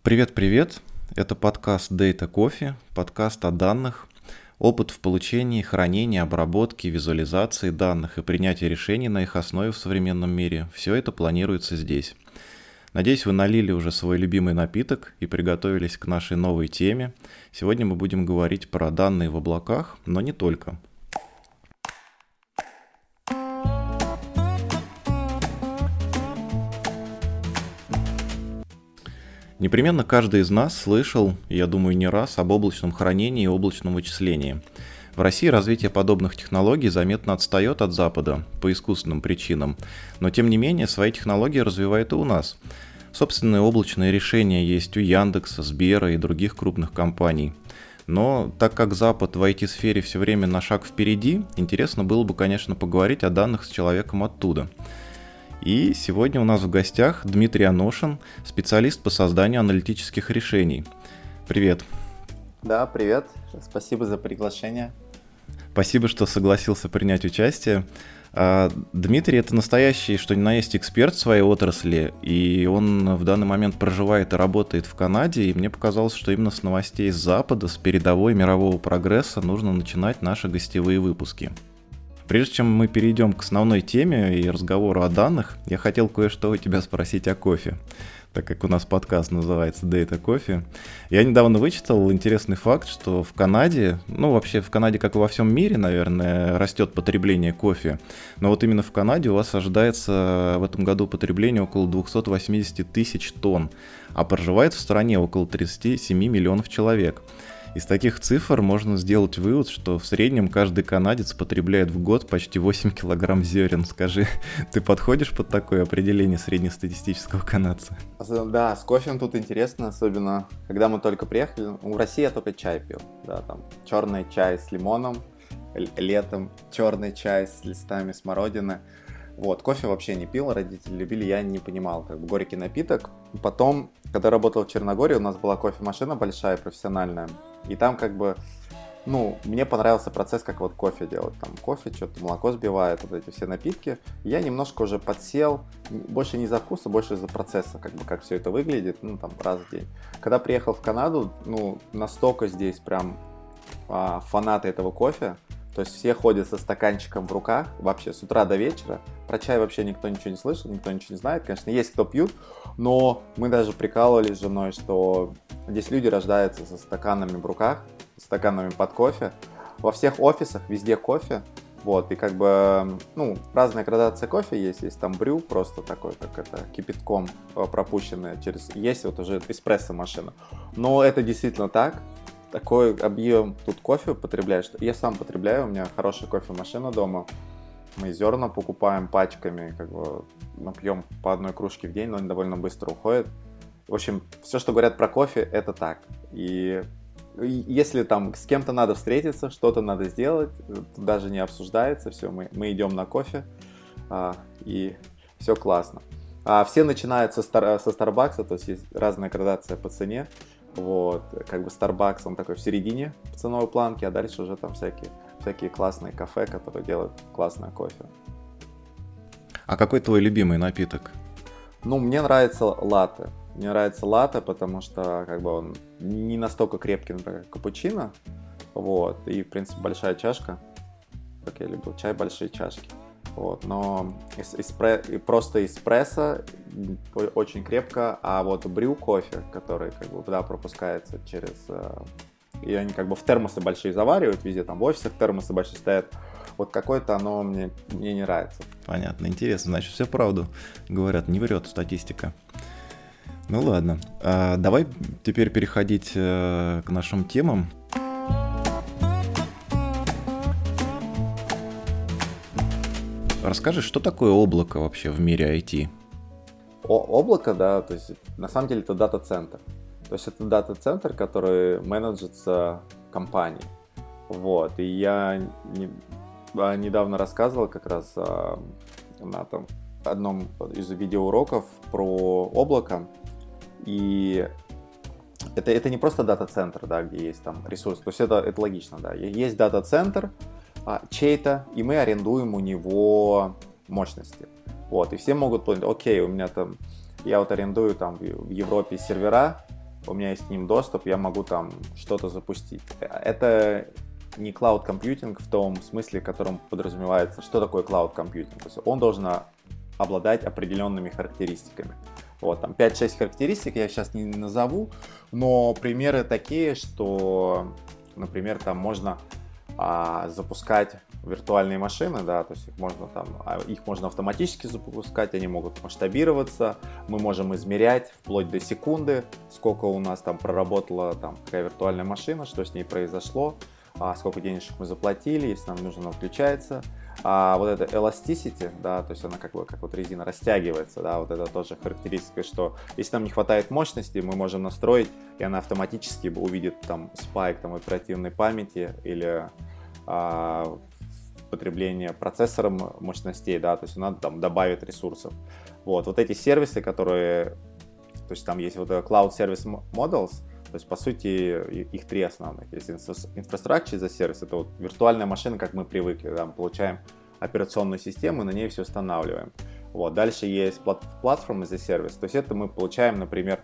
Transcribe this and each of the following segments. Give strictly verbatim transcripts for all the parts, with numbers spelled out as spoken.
Привет-привет! Это подкаст Data Coffee, подкаст о данных, опыт в получении, хранении, обработке, визуализации данных и принятии решений на их основе в современном мире. Все это планируется здесь. Надеюсь, вы налили уже свой любимый напиток и приготовились к нашей новой теме. Сегодня мы будем говорить про данные в облаках, но не только. Непременно каждый из нас слышал, я думаю, не раз, об облачном хранении и облачном вычислении. В России развитие подобных технологий заметно отстает от Запада по искусственным причинам, но тем не менее свои технологии развивают и у нас. Собственные облачные решения есть у Яндекса, Сбера и других крупных компаний. Но так как Запад в ай ти-сфере все время на шаг впереди, интересно было бы, конечно, поговорить о данных с человеком оттуда. И сегодня у нас в гостях Дмитрий Аношин, специалист по созданию аналитических решений. Привет. Да, привет. Спасибо за приглашение. Спасибо, что согласился принять участие. Дмитрий — это настоящий, что ни на есть, эксперт в своей отрасли, и он в данный момент проживает и работает в Канаде, и мне показалось, что именно с новостей с Запада, с передовой мирового прогресса нужно начинать наши гостевые выпуски. Прежде чем мы перейдем к основной теме и разговору о данных, я хотел кое-что у тебя спросить о кофе, так как у нас подкаст называется Data Coffee. Я недавно вычитал интересный факт, что в Канаде, ну вообще в Канаде, как и во всем мире, наверное, растет потребление кофе, но вот именно в Канаде у вас ожидается в этом году потребление около двести восемьдесят тысяч тонн, а проживает в стране около тридцать семь миллионов человек. Из таких цифр можно сделать вывод, что в среднем каждый канадец потребляет в год почти восемь килограмм зерен. Скажи, ты подходишь под такое определение среднестатистического канадца? Да, с кофе тут интересно, особенно когда мы только приехали. В России я только чай пил, да, там черный чай с лимоном, летом черный чай с листами смородины. Вот, кофе вообще не пил, родители любили, я не понимал, как бы горький напиток. Потом, когда работал в Черногории, у нас была кофемашина большая, профессиональная, и там как бы, ну, мне понравился процесс, как вот кофе делать. Там кофе, что-то молоко сбивает, вот эти все напитки. Я немножко уже подсел, больше не за вкуса, больше из-за процесса, как бы, как все это выглядит, ну, там, раз в день. Когда приехал в Канаду, ну, настолько здесь прям а, фанаты этого кофе. То есть все ходят со стаканчиком в руках, вообще с утра до вечера. Про чай вообще никто ничего не слышал, никто ничего не знает. Конечно, есть кто пьют, но мы даже прикалывались с женой, что здесь люди рождаются со стаканами в руках, со стаканами под кофе. Во всех офисах везде кофе. Вот, и как бы, ну, разная градация кофе есть. Есть там брю, просто такой, как это, кипятком пропущенное через... Есть вот уже эспрессо-машина. Но это действительно так. Такой объем тут кофе потребляешь, что я сам потребляю, у меня хорошая кофемашина дома, мы зерна покупаем пачками, как бы мы пьем по одной кружке в день, но они довольно быстро уходят. В общем, все, что говорят про кофе, это так. И если там с кем-то надо встретиться, что-то надо сделать, даже не обсуждается, все, мы, мы идем на кофе, а, и все классно. А все начинают со, стар, со Starbucks, то есть есть разная градация по цене. Вот, как бы Starbucks, он такой в середине ценовой планки, а дальше уже там всякие, всякие классные кафе, которые делают классное кофе. А какой твой любимый напиток? Ну, мне нравится латте. Мне нравится латте, потому что как бы он не настолько крепкий, например, как капучино. Вот, и, в принципе, большая чашка. Как я люблю, чай, большие чашки. Вот, но эспре... просто эспрессо очень крепко, а вот брю кофе, который как бы да, пропускается через... И они как бы в термосы большие заваривают, везде там в офисах термосы большие стоят. Вот какое-то оно мне, мне не нравится. Понятно, интересно, значит, все правду говорят, не врет статистика. Ну ладно, а давай теперь переходить э, к нашим темам. Расскажи, что такое облако вообще в мире ай ти? О, облако, да, то есть на самом деле это дата-центр. То есть это дата-центр, который менеджится компанией. Вот, и я не, недавно рассказывал как раз а, на там, одном из видеоуроков про облако. И это, это не просто дата-центр, да, где есть там ресурсы, то есть это, это логично, да. Есть дата-центр, чей-то, и мы арендуем у него мощности. Вот, и все могут понять, окей, у меня там, я вот арендую там в Европе сервера, у меня есть к ним доступ, я могу там что-то запустить. Это не cloud computing в том смысле, в котором подразумевается, что такое cloud computing. То есть он должен обладать определенными характеристиками. Вот, там пять-шесть характеристик я сейчас не назову, но примеры такие, что, например, там можно а, запускать виртуальные машины, да, то есть их можно там, их можно автоматически запускать, они могут масштабироваться, мы можем измерять вплоть до секунды, сколько у нас там проработала там какая виртуальная машина, что с ней произошло, а, сколько денежек мы заплатили, если нам нужно, она включается. А вот это elasticity, да, то есть она как бы как вот резина растягивается, да, вот это тоже характеристика, что если нам не хватает мощности, мы можем настроить, и она автоматически увидит там спайк там оперативной памяти или а, потребление процессором мощностей, да, то есть она там добавит ресурсов. Вот, вот эти сервисы, которые, то есть там есть вот Cloud Service Models, то есть, по сути, их три основных. Есть Infrastructure as a Service, это вот виртуальная машина, как мы привыкли, да, мы получаем операционную систему, на ней все устанавливаем. Вот. Дальше есть Platform as a Service, то есть это мы получаем, например,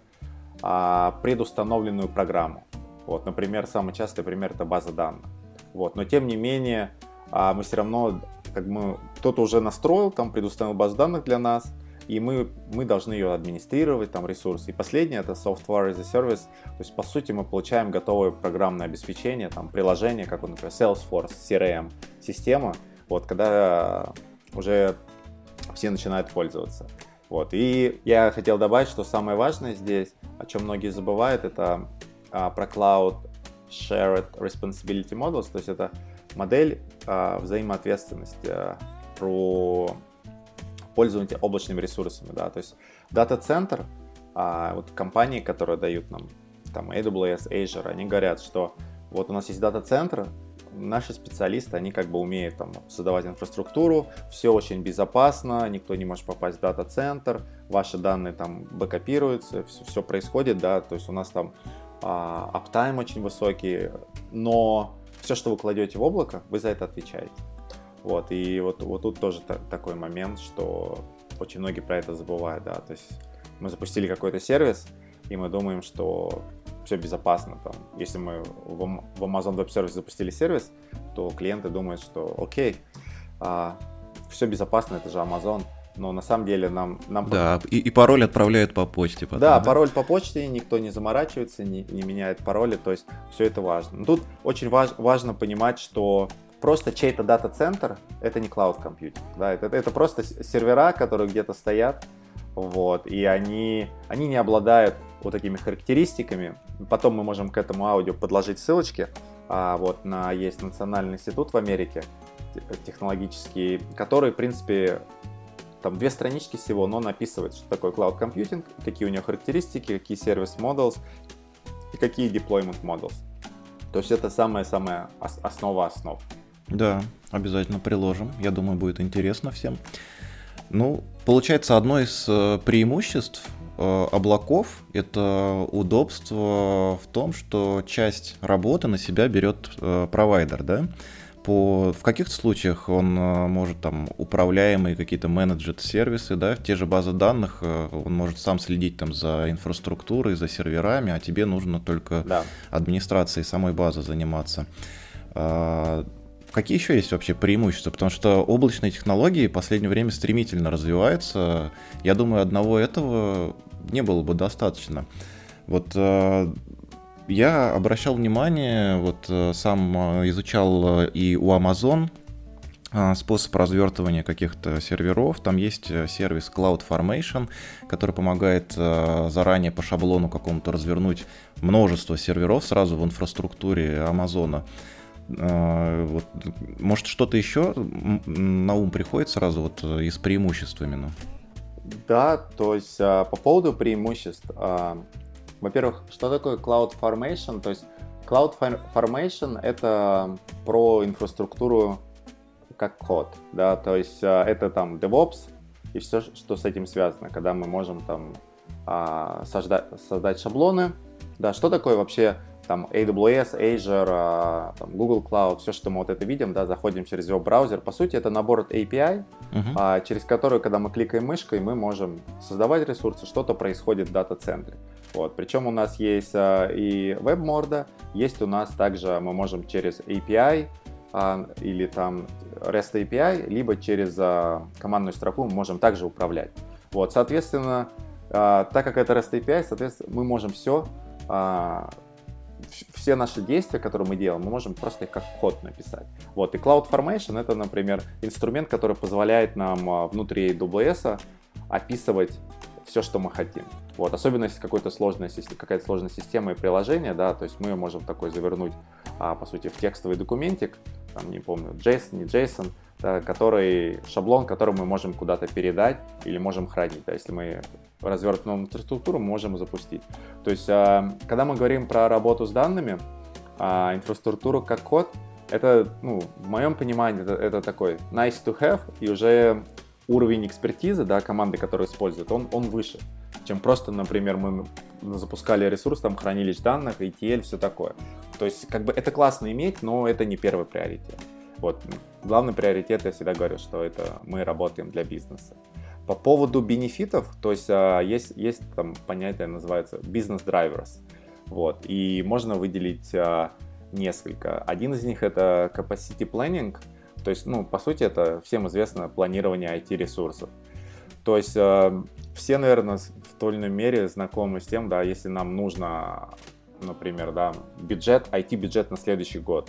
предустановленную программу. Вот, например, самый частый пример — это база данных. Вот. Но, тем не менее, мы все равно, как мы, кто-то уже настроил, там, предустановил базу данных для нас, и мы, мы должны ее администрировать, там, ресурсы. И последнее — это Software as a Service, то есть, по сути, мы получаем готовое программное обеспечение, там, приложение, как, вот, например, Salesforce, си ар эм-система, вот, когда уже все начинают пользоваться. Вот. И я хотел добавить, что самое важное здесь, о чем многие забывают, это а, про Cloud Shared Responsibility Models, то есть это модель а, взаимоответственности, а, про пользование облачными ресурсами, да, то есть дата-центр, а, вот компании, которые дают нам там эй дабл ю эс, Azure, они говорят, что вот у нас есть дата-центр, наши специалисты, они как бы умеют там создавать инфраструктуру, все очень безопасно, никто не может попасть в дата-центр, ваши данные там бэкапируются, все, все происходит, да, то есть у нас там а, аптайм очень высокий, но все, что вы кладете в облако, вы за это отвечаете. Вот, и вот, вот тут тоже та- такой момент, что очень многие про это забывают, да, то есть мы запустили какой-то сервис, и мы думаем, что все безопасно, там, если мы в, в Amazon Web Service запустили сервис, то клиенты думают, что окей, а, все безопасно, это же Amazon, но на самом деле нам... нам да, и, и пароль отправляют по почте потом. Да, да, пароль по почте, никто не заморачивается, не, не меняет пароли, то есть все это важно. Но тут очень важ, важно понимать, что просто чей-то дата-центр — это не cloud computing, да, это, это просто сервера, которые где-то стоят, вот, и они, они не обладают вот такими характеристиками. Потом мы можем к этому аудио подложить ссылочки, а, вот, на, есть Национальный институт в Америке технологический, который, в принципе, там две странички всего, но он описывает, что такое cloud computing, какие у него характеристики, какие service models и какие deployment models. То есть это самая-самая основа основ. Да, обязательно приложим. Я думаю, будет интересно всем. Ну, получается, одно из преимуществ э, облаков — это удобство в том, что часть работы на себя берет э, провайдер, да? По, в каких-то случаях он э, может там управляемые какие-то менеджет сервисы, да, в те же базы данных, э, он может сам следить там за инфраструктурой, за серверами, а тебе нужно только да. администрацией самой базы заниматься. Э, Какие еще есть вообще преимущества? Потому что облачные технологии в последнее время стремительно развиваются. Я думаю, одного этого не было бы достаточно. Вот э, я обращал внимание, вот э, сам изучал и у Amazon э, способ развертывания каких-то серверов. Там есть сервис CloudFormation, который помогает э, заранее по шаблону какому-то развернуть множество серверов сразу в инфраструктуре Амазона. Вот, может, что-то еще на ум приходит сразу вот из преимуществ именно? Да, то есть по поводу преимуществ. Во-первых, что такое CloudFormation? То есть CloudFormation — это про инфраструктуру как код, да, то есть это там DevOps и все, что с этим связано, когда мы можем там создать, создать шаблоны. Да, что такое вообще там эй дабл ю эс, Azure, там, Google Cloud, все, что мы вот это видим, да, заходим через его браузер. По сути, это набор эй пи ай, uh-huh. а, через который, когда мы кликаем мышкой, мы можем создавать ресурсы, что-то происходит в дата-центре. Вот. Причем у нас есть а, и веб-морда, есть у нас также, мы можем через эй пи ай а, или там REST эй пи ай, либо через а, командную строку мы можем также управлять. Вот. Соответственно, а, так как это REST эй пи ай, соответственно, мы можем все, а, все наши действия, которые мы делаем, мы можем просто их как код написать. Вот. И CloudFormation — это, например, инструмент, который позволяет нам а, внутри эй дабл ю эс описывать все, что мы хотим. Вот. Особенно если какая-то сложная, какая-то сложная система и приложение, да, то есть мы можем такой завернуть, а, по сути, в текстовый документик, там, не помню, JSON, не JSON, да, который, шаблон, который мы можем куда-то передать или можем хранить. Да, если мы развернем инфраструктуру, мы можем запустить. То есть, а, когда мы говорим про работу с данными, а, инфраструктуру как код, это, ну, в моем понимании, это, это такой nice to have, и уже уровень экспертизы, да, команды, которая использует, он, он выше, чем просто, например, мы запускали ресурс, там, хранилище данных, эй ти эль, все такое. То есть, как бы, это классно иметь, но это не первый приоритет. Вот. Главный приоритет, я всегда говорю, что это мы работаем для бизнеса. По поводу бенефитов, то есть, есть, есть там понятие, называется business drivers. Вот. И можно выделить несколько. Один из них — это capacity planning. То есть, ну, по сути, это всем известно планирование ай ти-ресурсов. То есть, э, все, наверное, в той или иной мере знакомы с тем, да, если нам нужно, например, да, бюджет, ай ти-бюджет на следующий год.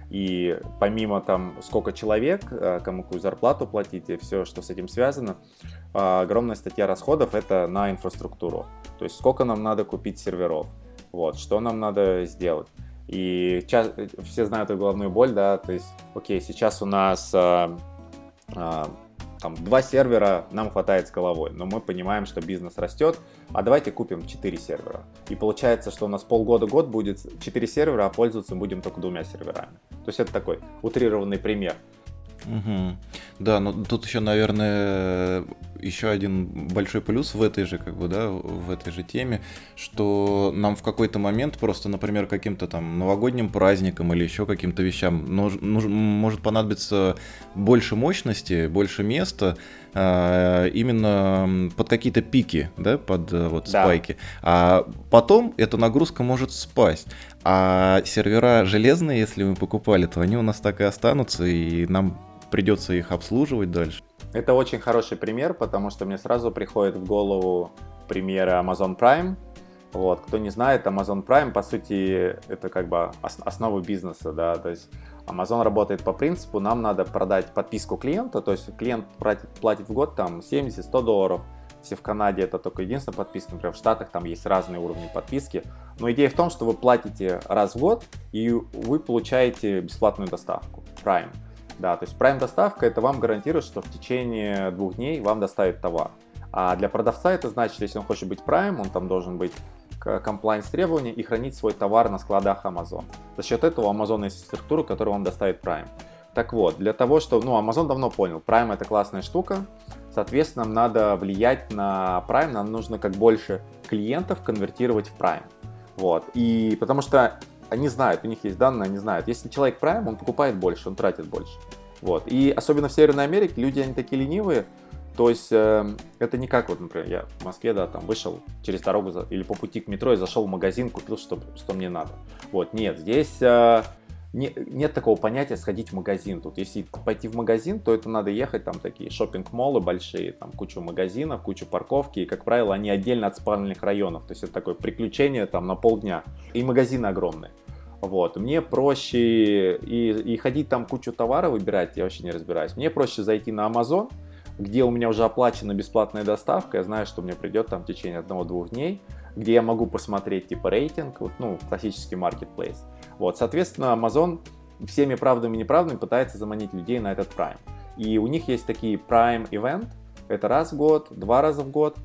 И помимо там, сколько человек, э, кому какую зарплату платить и все, что с этим связано, э, огромная статья расходов — это на инфраструктуру. То есть, сколько нам надо купить серверов, вот, что нам надо сделать. И час, все знают эту головную боль, да, то есть, окей, сейчас у нас а, а, там два сервера, нам хватает с головой, но мы понимаем, что бизнес растет, а давайте купим четыре сервера. И получается, что у нас полгода-год будет четыре сервера, а пользоваться будем только двумя серверами. То есть это такой утрированный пример. Угу. Да, но тут еще, наверное, еще один большой плюс в этой же, как бы, да, в этой же теме, что нам в какой-то момент просто, например, каким-то там новогодним праздником или еще каким-то вещам нуж, нуж, может понадобиться больше мощности, больше места, а, именно под какие-то пики, да, под вот да. спайки. А потом эта нагрузка может спасть. А сервера железные, если мы покупали, то они у нас так и останутся, и нам придется их обслуживать дальше. Это очень хороший пример, потому что мне сразу приходит в голову примеры Amazon Prime. Вот. Кто не знает, Amazon Prime, по сути, это как бы основа бизнеса, да, то есть Amazon работает по принципу, нам надо продать подписку клиента, то есть клиент платит, платит в год там семьдесят-сто долларов, если в Канаде это только единственная подписка, например, в Штатах там есть разные уровни подписки, но идея в том, что вы платите раз в год и вы получаете бесплатную доставку, Prime. Да, то есть Prime доставка — это вам гарантирует, что в течение двух дней вам доставят товар. А для продавца это значит, если он хочет быть Prime, он там должен быть compliance требования и хранить свой товар на складах Amazon. За счет этого у Amazon есть структура, которую вам доставит Prime. Так вот, для того, что, ну, Amazon давно понял, Prime — это классная штука, соответственно, нам надо влиять на Prime, нам нужно как больше клиентов конвертировать в Prime. Вот, и потому что они знают, у них есть данные, они знают, если человек Prime, он покупает больше, он тратит больше. Вот, и особенно в Северной Америке люди, они такие ленивые, то есть э, это не как, вот, например, я в Москве, да, там вышел через дорогу за, или по пути к метро и зашел в магазин, купил, что, что мне надо. Вот, нет, здесь э, не, нет такого понятия сходить в магазин. Тут если пойти в магазин, то это надо ехать, там такие шоппинг-моллы большие, там кучу магазинов, кучу парковки, и, как правило, они отдельно от спальных районов, то есть это такое приключение там на полдня, и магазины огромные. Вот, мне проще и, и ходить там кучу товара выбирать, я вообще не разбираюсь. Мне проще зайти на Amazon, где у меня уже оплачена бесплатная доставка, я знаю, что мне придет там в течение одного-двух дней, где я могу посмотреть типа рейтинг, вот, ну, классический marketplace. Вот, соответственно, Amazon всеми правдами и неправдами пытается заманить людей на этот Prime. И у них есть такие Prime Event, это раз в год, два раза в год,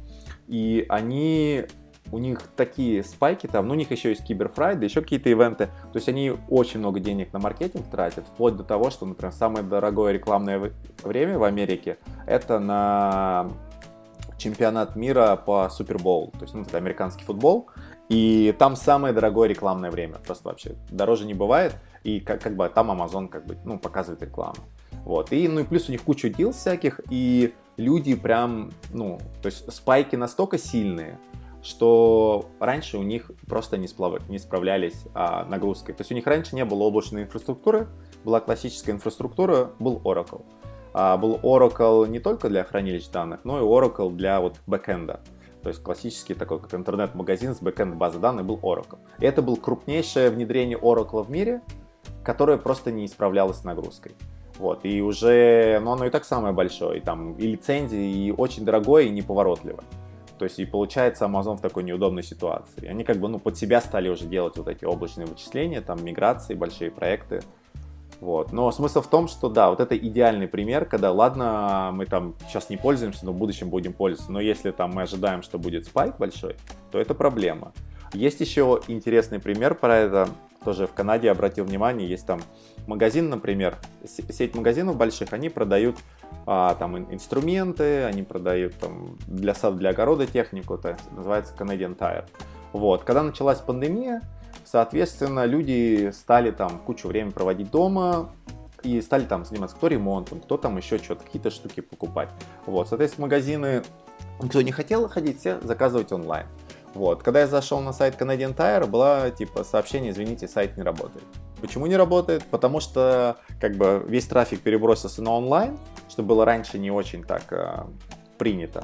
и они... У них такие спайки там, ну у них еще есть Cyber Friday, еще какие-то ивенты, то есть они очень много денег на маркетинг тратят, вплоть до того, что, например, самое дорогое рекламное время в Америке это на чемпионат мира по Супербоул, то есть ну, это американский футбол, и там самое дорогое рекламное время, просто вообще дороже не бывает, и как, как бы там Amazon как бы, ну, показывает рекламу. Вот, и, ну и плюс у них куча дил всяких, и люди прям, ну, то есть спайки настолько сильные, что раньше у них просто не, сплав... не справлялись а, нагрузкой. То есть у них раньше не было облачной инфраструктуры, была классическая инфраструктура, был Oracle. А, был Oracle не только для хранилищ данных, но и Oracle для вот бэкэнда. То есть классический такой, как интернет-магазин с бэкэнд базы данных был Oracle. И это было крупнейшее внедрение Oracle в мире, которое просто не справлялось с нагрузкой. Вот, и уже, ну оно и так самое большое, и там и лицензии, и очень дорогое, и неповоротливое. То есть и получается Amazon в такой неудобной ситуации. Они как бы, ну, под себя стали уже делать вот эти облачные вычисления, там миграции, большие проекты. Вот. Но смысл в том, что да, вот это идеальный пример, когда, ладно, мы там сейчас не пользуемся, но в будущем будем пользоваться, но если там мы ожидаем, что будет спайк большой, то это проблема. Есть еще интересный пример про это, тоже в Канаде обратил внимание, есть там магазин, например, сеть магазинов больших, они продают а, там инструменты, они продают там для сада, для огорода технику, это называется Canadian Tire. Вот. Когда началась пандемия, соответственно, люди стали там кучу времени проводить дома и стали там заниматься кто ремонтом, кто там еще что-то, какие-то штуки покупать. Вот, соответственно, магазины, кто не хотел ходить, все заказывать онлайн. Вот, когда я зашел на сайт Canadian Tire, было типа сообщение: извините, сайт не работает. Почему не работает? Потому что как бы весь трафик перебросился на онлайн, что было раньше не очень так э, принято,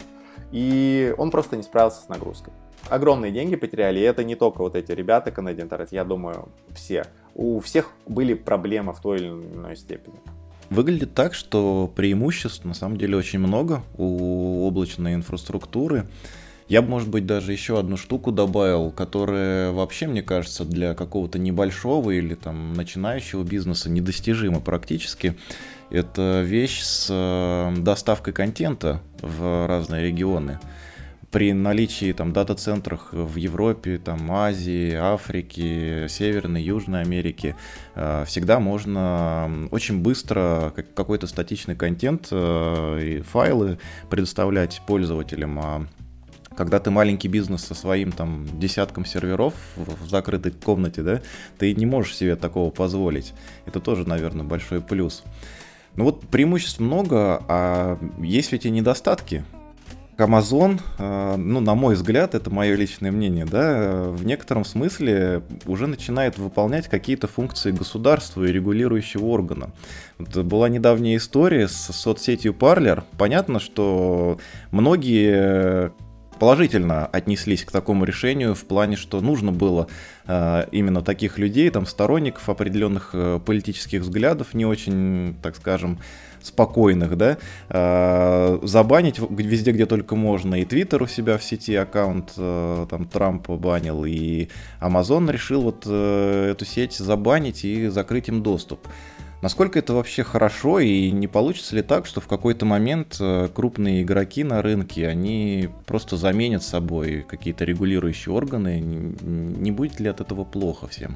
и он просто не справился с нагрузкой. Огромные деньги потеряли, и это не только вот эти ребята Canadian Tire, я думаю, все. У всех были проблемы в той или иной степени. Выглядит так, что преимуществ на самом деле очень много у облачной инфраструктуры. Я бы, может быть, даже еще одну штуку добавил, которая вообще, мне кажется, для какого-то небольшого или там начинающего бизнеса недостижима практически. Это вещь с доставкой контента в разные регионы. При наличии там дата-центрах в Европе, там, Азии, Африке, Северной, Южной Америке э, всегда можно очень быстро какой-то статичный контент э, и файлы предоставлять пользователям. А когда ты маленький бизнес со своим там десятком серверов в закрытой комнате, да, ты не можешь себе такого позволить. Это тоже, наверное, большой плюс. Ну вот преимуществ много, а есть ведь и недостатки. Amazon, ну, на мой взгляд, это мое личное мнение, да, в некотором смысле уже начинает выполнять какие-то функции государства и регулирующего органа. Вот была недавняя история с соцсетью Parler. Понятно, что многие положительно отнеслись к такому решению в плане, что нужно было э, именно таких людей, там, сторонников определенных э, политических взглядов, не очень, так скажем, спокойных, да, э, забанить везде, где только можно. И Twitter у себя в сети аккаунт э, там Трампа банил, и Amazon решил вот э, эту сеть забанить и закрыть им доступ. Насколько это вообще хорошо, и не получится ли так, что в какой-то момент крупные игроки на рынке, они просто заменят собой какие-то регулирующие органы? Не будет ли от этого плохо всем?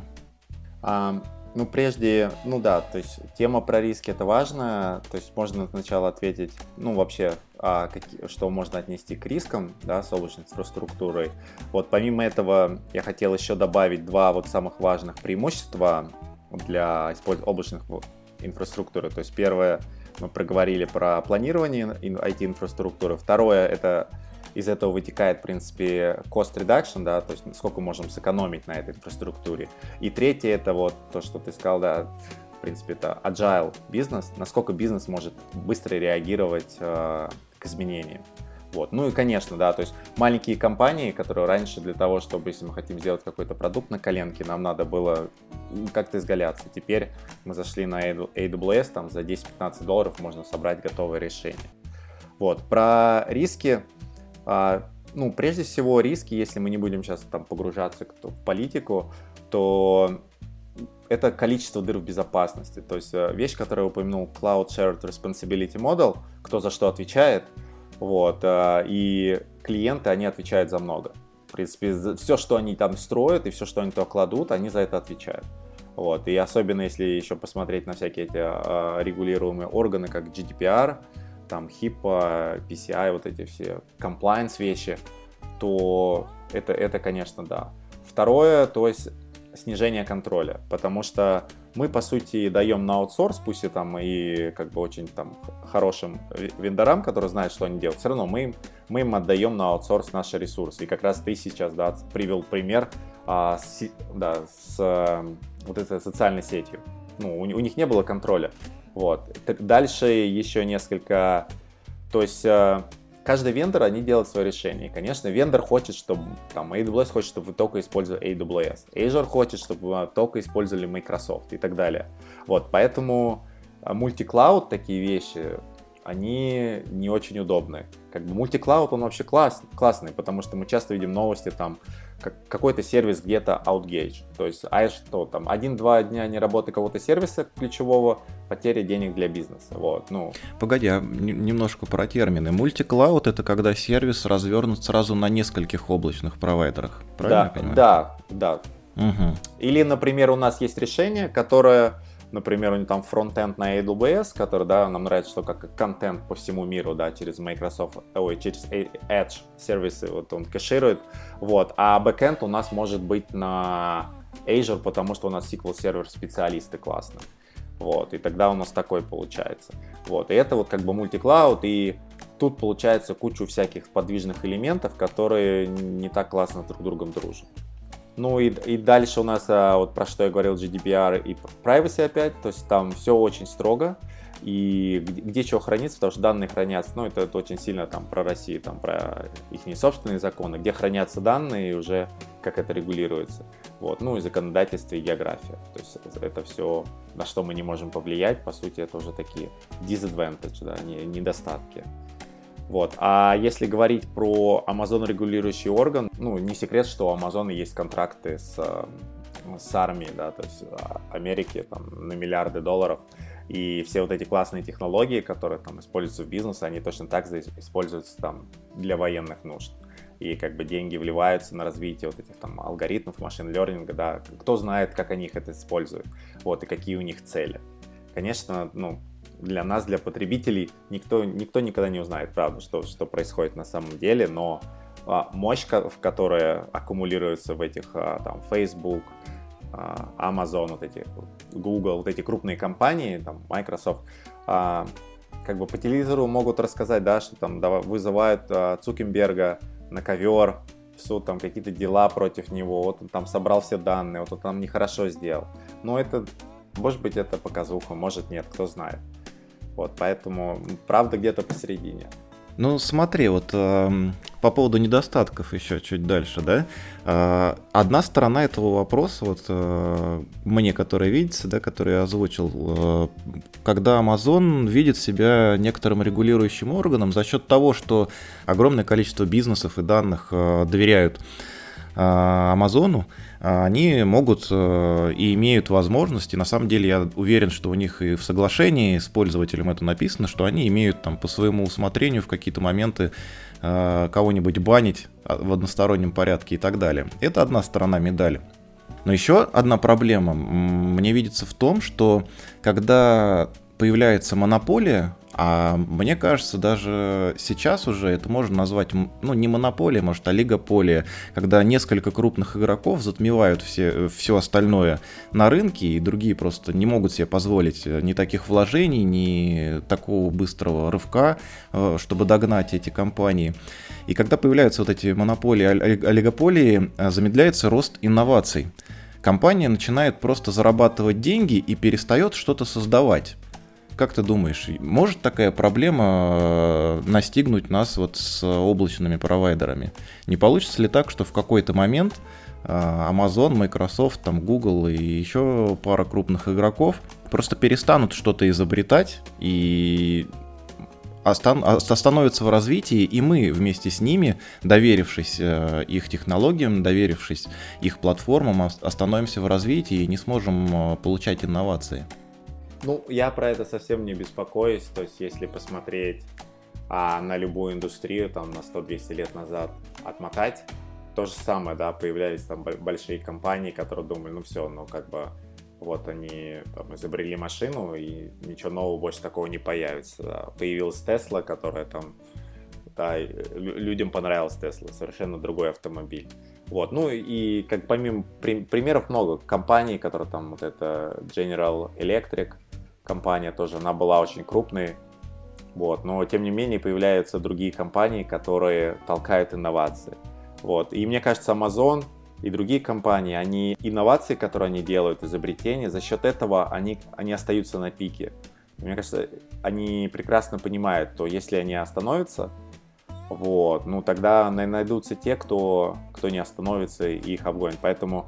А, ну, прежде, ну да, то есть тема про риски — это важно, то есть можно сначала ответить, ну, вообще, а, какие, что можно отнести к рискам, да, с облачной инфраструктурой. Вот помимо этого я хотел еще добавить два вот самых важных преимущества для использования облачных инфраструктуры. То есть первое, мы проговорили про планирование ай ти-инфраструктуры. Второе, это из этого вытекает, в принципе, cost reduction, да, то есть сколько мы можем сэкономить на этой инфраструктуре. И третье, это вот то, что ты сказал, да, в принципе, это agile бизнес, насколько бизнес может быстро реагировать э, к изменениям. Вот. Ну и, конечно, да, то есть маленькие компании, которые раньше для того, чтобы, если мы хотим сделать какой-то продукт на коленке, нам надо было как-то изгаляться. Теперь мы зашли на эй дабл ю эс, там за десять-пятнадцать долларов можно собрать готовое решение. Вот. Про риски, а, ну, прежде всего риски, если мы не будем сейчас там погружаться в политику, то это количество дыр в безопасности. То есть вещь, которую я упомянул, Cloud Shared Responsibility Model, кто за что отвечает. Вот, и клиенты, они отвечают за много. В принципе, все, что они там строят и все, что они туда кладут, они за это отвечают. Вот, и особенно если еще посмотреть на всякие эти а, регулируемые органы, как джи ди пи ар, там хиппа, пи си ай, вот эти все compliance вещи, то это, это, конечно, да. Второе, то есть снижение контроля, потому что мы, по сути, даем на аутсорс, пусть и там и как бы очень там хорошим вендорам, которые знают, что они делают, все равно мы им, мы им отдаем на аутсорс наши ресурсы. И как раз ты сейчас, да, привел пример а, с, да, с а, вот этой социальной сетью. Ну, у, у них не было контроля. Вот. Дальше еще несколько, то есть каждый вендор, они делают свое решение. И, конечно, вендор хочет, чтобы, там, эй дабл ю эс хочет, чтобы вы только использовали эй дабл ю эс. Azure хочет, чтобы вы только использовали Microsoft и так далее. Вот, поэтому мультиклауд, такие вещи, они не очень удобны. Как бы мультиклауд, он вообще класс, классный, потому что мы часто видим новости, там, как, какой-то сервис где-то outgage. То есть, а что там, один-два дня не работы какого-то сервиса ключевого, потеря денег для бизнеса. Вот, ну. Погоди, а немножко про термины. Мультиклауд — это когда сервис развернут сразу на нескольких облачных провайдерах, правильно да, я понимаю? Да, да. Угу. Или, например, у нас есть решение, которое, например, у них там фронтенд на эй дабл ю эс, который, да, нам нравится, что как контент по всему миру, да, через Microsoft, ой, через Edge сервисы, вот он кэширует, вот, а бэкенд у нас может быть на Azure, потому что у нас эс ку эль-сервер специалисты классные, вот, и тогда у нас такой получается, вот, и это вот как бы мультиклауд, и тут получается кучу всяких подвижных элементов, которые не так классно друг с другом дружат. Ну и, и дальше у нас, а, вот про что я говорил, джи ди пи ар и privacy опять, то есть там все очень строго, и где, где что хранится, потому что данные хранятся, ну это, это очень сильно там про Россию, там про их собственные законы, где хранятся данные и уже как это регулируется, вот, ну и законодательство и география, то есть это, это все, на что мы не можем повлиять, по сути это уже такие disadvantage, да, не, недостатки. Вот. А если говорить про Amazon регулирующий орган, ну, не секрет, что у Amazon есть контракты с, с армией, да, то есть Америки там, на миллиарды долларов, и все вот эти классные технологии, которые там используются в бизнесе, они точно так же используются там для военных нужд. И как бы деньги вливаются на развитие вот этих там алгоритмов, машин-лернинга, да, кто знает, как они их это используют, вот, и какие у них цели. Конечно, ну, для нас, для потребителей, никто, никто никогда не узнает, правда, что, что происходит на самом деле, но а, мощь, в которой аккумулируется в этих, а, там, Facebook, а, Amazon, вот эти, Google, вот эти крупные компании, там, Microsoft, а, как бы по телевизору могут рассказать, да, что там да, вызывают а, Цукерберга на ковер, в суд, там, какие-то дела против него, вот он там собрал все данные, вот он там нехорошо сделал. Но это, может быть, это показуха, может нет, кто знает. Вот, поэтому правда где-то посередине. Ну, смотри, вот э, по поводу недостатков еще чуть дальше, да, э, одна сторона этого вопроса, вот э, мне, которая видится, да, который я озвучил, э, когда Amazon видит себя некоторым регулирующим органом за счет того, что огромное количество бизнесов и данных э, доверяют Амазону, они могут и имеют возможность, и на самом деле я уверен, что у них и в соглашении с пользователем это написано, что они имеют там по своему усмотрению в какие-то моменты кого-нибудь банить в одностороннем порядке и так далее. Это одна сторона медали. Но еще одна проблема мне видится в том, что когда появляется монополия, а мне кажется, даже сейчас уже это можно назвать, ну, не монополия, может, а лигополия, когда несколько крупных игроков затмевают все, все остальное на рынке, и другие просто не могут себе позволить ни таких вложений, ни такого быстрого рывка, чтобы догнать эти компании. И когда появляются вот эти монополии, олигополии, замедляется рост инноваций. Компания начинает просто зарабатывать деньги и перестает что-то создавать. Как ты думаешь, может такая проблема настигнуть нас вот с облачными провайдерами? Не получится ли так, что в какой-то момент Amazon, Microsoft, там, Google и еще пара крупных игроков просто перестанут что-то изобретать и остановятся в развитии, и мы вместе с ними, доверившись их технологиям, доверившись их платформам, остановимся в развитии и не сможем получать инновации? Ну, я про это совсем не беспокоюсь, то есть если посмотреть а, на любую индустрию, там, на сто-двести лет назад отмотать, то же самое, да, появлялись там большие компании, которые думали, ну все, ну как бы, вот они там изобрели машину, и ничего нового больше такого не появится, да. Появилась Tesla, которая там, да, людям понравилась Tesla, совершенно другой автомобиль. Вот, ну и как помимо при, примеров много компаний, которые там вот это General Electric компания тоже, она была очень крупной, вот, но тем не менее появляются другие компании, которые толкают инновации, вот, и мне кажется, Amazon и другие компании, они инновации, которые они делают, изобретения, за счет этого они, они остаются на пике. Мне кажется, они прекрасно понимают, что если они остановятся, вот, ну тогда найдутся те, кто, кто не остановится и их обгонит. Поэтому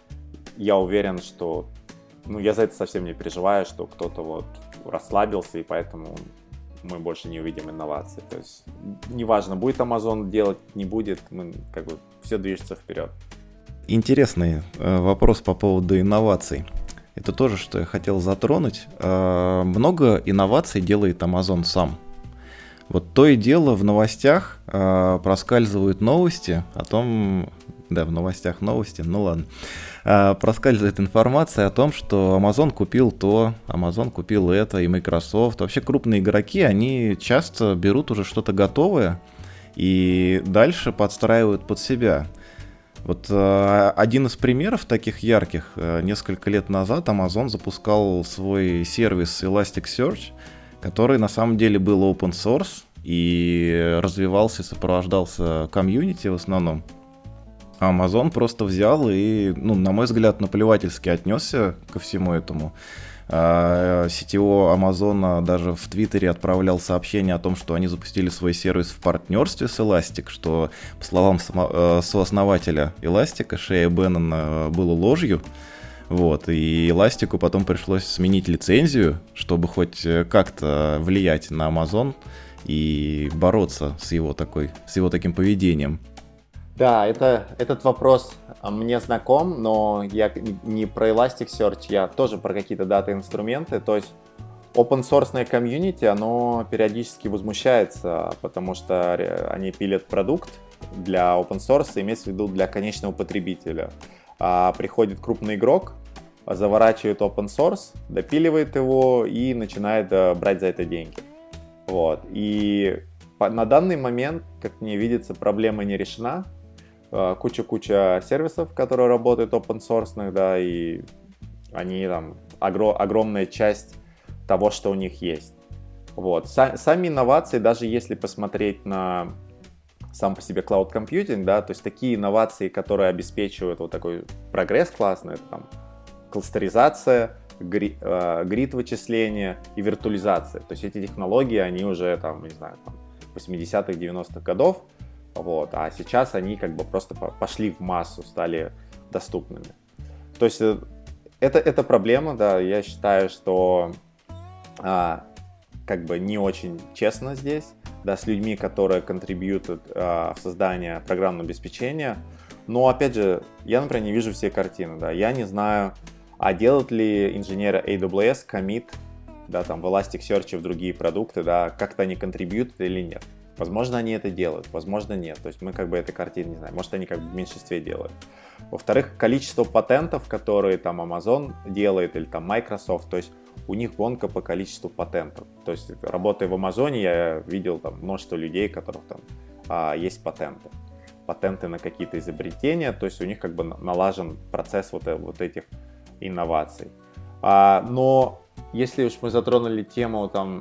я уверен, что, ну я за это совсем не переживаю, что кто-то вот расслабился, и поэтому мы больше не увидим инноваций. То есть неважно, будет Amazon делать, не будет, мы, как бы, все движется вперед. Интересный э, вопрос по поводу инноваций. Это тоже, что я хотел затронуть. Э, много инноваций делает Amazon сам. Вот то и дело в новостях э, проскальзывают новости о том, да, в новостях новости, ну ладно, э, проскальзывает информация о том, что Amazon купил то, Amazon купил это, и Microsoft. Вообще крупные игроки, они часто берут уже что-то готовое и дальше подстраивают под себя. Вот э, один из примеров таких ярких, э, несколько лет назад Amazon запускал свой сервис Elasticsearch, который на самом деле был open source и развивался, сопровождался комьюнити в основном. А Amazon просто взял и, ну, на мой взгляд, наплевательски отнесся ко всему этому. А, си ти о Амазона даже в Твиттере отправлял сообщение о том, что они запустили свой сервис в партнерстве с Elastic, что, по словам само- сооснователя Elastic, Шея Беннона, было ложью. Вот, и Эластику потом пришлось сменить лицензию, чтобы хоть как-то влиять на Amazon и бороться с его, такой, с его таким поведением. Да, это, этот вопрос мне знаком, но я не про Elasticsearch, я тоже про какие-то дата-инструменты. То есть open-source комьюнити, оно периодически возмущается, потому что они пилят продукт для open-source, имеется в виду для конечного потребителя. А приходит крупный игрок, заворачивает open source, допиливает его и начинает брать за это деньги. Вот. И на данный момент, как мне видится, проблема не решена. Куча-куча сервисов, которые работают open source, да, и они там огр- огромная часть того, что у них есть. Вот. Са- сами инновации, даже если посмотреть на сам по себе cloud computing, да, то есть такие инновации, которые обеспечивают вот такой прогресс классный, это там кластеризация, гри, э, грид вычисления и виртуализация. То есть эти технологии, они уже там, не знаю, там, восьмидесятых, девяностых годов, вот, а сейчас они как бы просто пошли в массу, стали доступными. То есть это, это проблема, да, я считаю, что а, как бы не очень честно здесь, да, с людьми, которые контрибьютят а, в создание программного обеспечения. Но, опять же, я, например, не вижу все картины, да, я не знаю, а делают ли инженеры эй дабл ю эс коммит, да, там, в Elasticsearch и в другие продукты, да, как-то они контрибьютят или нет. Возможно, они это делают, возможно, нет. То есть мы как бы этой картины не знаем. Может, они как бы в меньшинстве делают. Во-вторых, количество патентов, которые там Amazon делает или там Microsoft, то есть у них гонка по количеству патентов. То есть, работая в Амазоне, я видел там множество людей, у которых там а, есть патенты. Патенты на какие-то изобретения, то есть у них как бы налажен процесс вот, вот этих инноваций. А, но если уж мы затронули тему там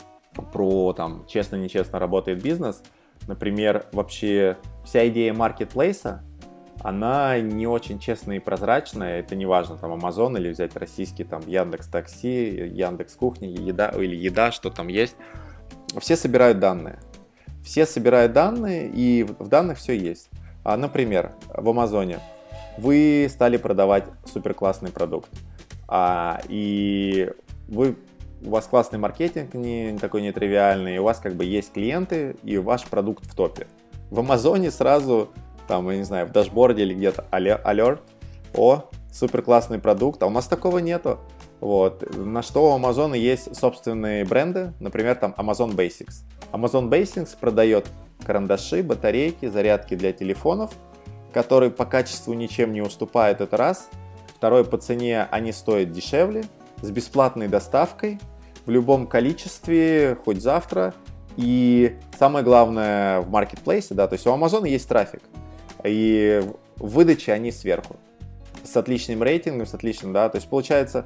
про там честно-нечестно работает бизнес, например, вообще вся идея маркетплейса, она не очень честная и прозрачная. Это не важно, там Amazon или взять российский там Яндекс.Такси, Яндекс.Кухня, еда или еда, что там есть. Все собирают данные. Все собирают данные, и в данных все есть. А, например, в Амазоне вы стали продавать супер классный продукт, а, и вы у вас классный маркетинг, не такой нетривиальный, и у вас как бы есть клиенты, и ваш продукт в топе. В Амазоне сразу, там, я не знаю, в дашборде или где-то алерт, о, супер классный продукт, а у нас такого нету. Вот. На что у Амазона есть собственные бренды, например, там Amazon Basics. Amazon Basics продает карандаши, батарейки, зарядки для телефонов, которые по качеству ничем не уступают, это раз. Второе, по цене они стоят дешевле, с бесплатной доставкой, в любом количестве, хоть завтра. И самое главное в маркетплейсе, да, то есть у Амазона есть трафик. И в выдаче они сверху. С отличным рейтингом, с отличным, да, то есть получается,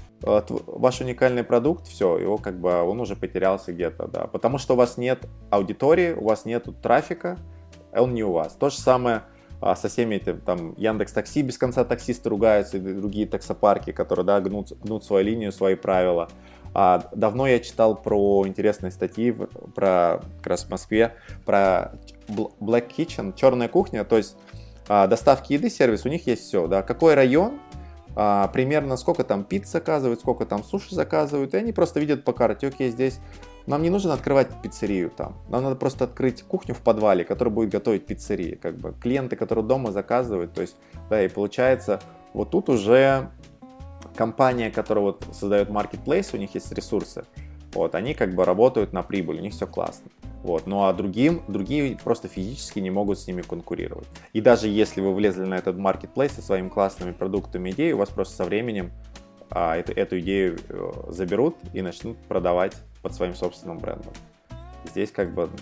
ваш уникальный продукт, все, его как бы, он уже потерялся где-то, да, потому что у вас нет аудитории, у вас нет трафика, он не у вас. То же самое а, со всеми этими, там, Яндекс.Такси, без конца таксисты ругаются, и другие таксопарки, которые, да, гнут, гнут свою линию, свои правила. А, давно я читал про интересные статьи, про, как раз в Москве, про Black Kitchen, черная кухня, то есть а, доставки еды, сервис, у них есть все, да, какой район, а, примерно сколько там пицц заказывают, сколько там суши заказывают, и они просто видят по карте, окей, здесь нам не нужно открывать пиццерию там, нам надо просто открыть кухню в подвале, которая будет готовить пиццерии, как бы клиенты, которые дома заказывают, то есть, да, и получается, вот тут уже компания, которая вот создает маркетплейс, у них есть ресурсы, вот, они как бы работают на прибыль, у них все классно. Вот. Ну а другим, другие просто физически не могут с ними конкурировать. И даже если вы влезли на этот маркетплейс со своими классными продуктами, идеей, у вас просто со временем а, эту, эту идею заберут и начнут продавать под своим собственным брендом. Здесь как бы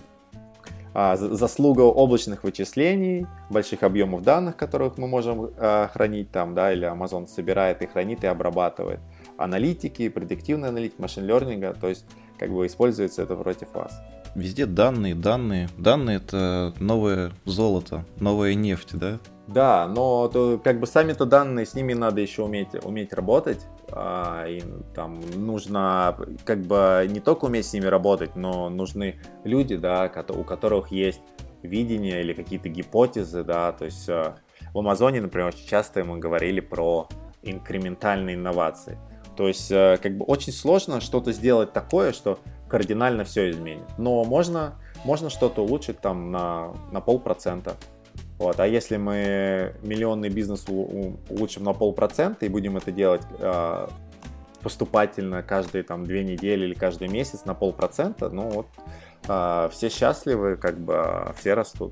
а, заслуга облачных вычислений, больших объемов данных, которых мы можем а, хранить там, да, или Amazon собирает и хранит и обрабатывает. Аналитики, предиктивная аналитика, машин-лернинга, то есть как бы используется это против вас. Везде данные, данные. Данные — это новое золото, новая нефть, да? Да, но то, как бы сами-то данные, с ними надо еще уметь, уметь работать. А, и там нужно как бы не только уметь с ними работать, но нужны люди, да, у которых есть видение или какие-то гипотезы, да. То есть в Амазоне, например, очень часто мы говорили про инкрементальные инновации. То есть как бы очень сложно что-то сделать такое, что кардинально все изменит. Но можно, можно что-то улучшить там на, на полпроцента. Вот. А если мы миллионный бизнес у, улучшим на полпроцента и будем это делать э, поступательно каждые там две недели или каждый месяц на полпроцента, ну вот э, все счастливы, как бы все растут.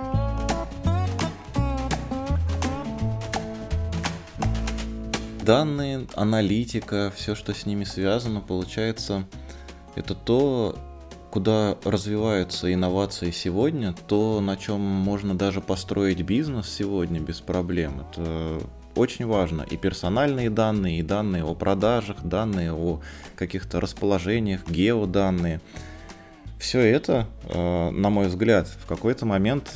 Данные, аналитика, все, что с ними связано, получается, это то, куда развиваются инновации сегодня, то, на чем можно даже построить бизнес сегодня без проблем. Это очень важно. И персональные данные, и данные о продажах, данные о каких-то расположениях, геоданные. Все это, на мой взгляд, в какой-то момент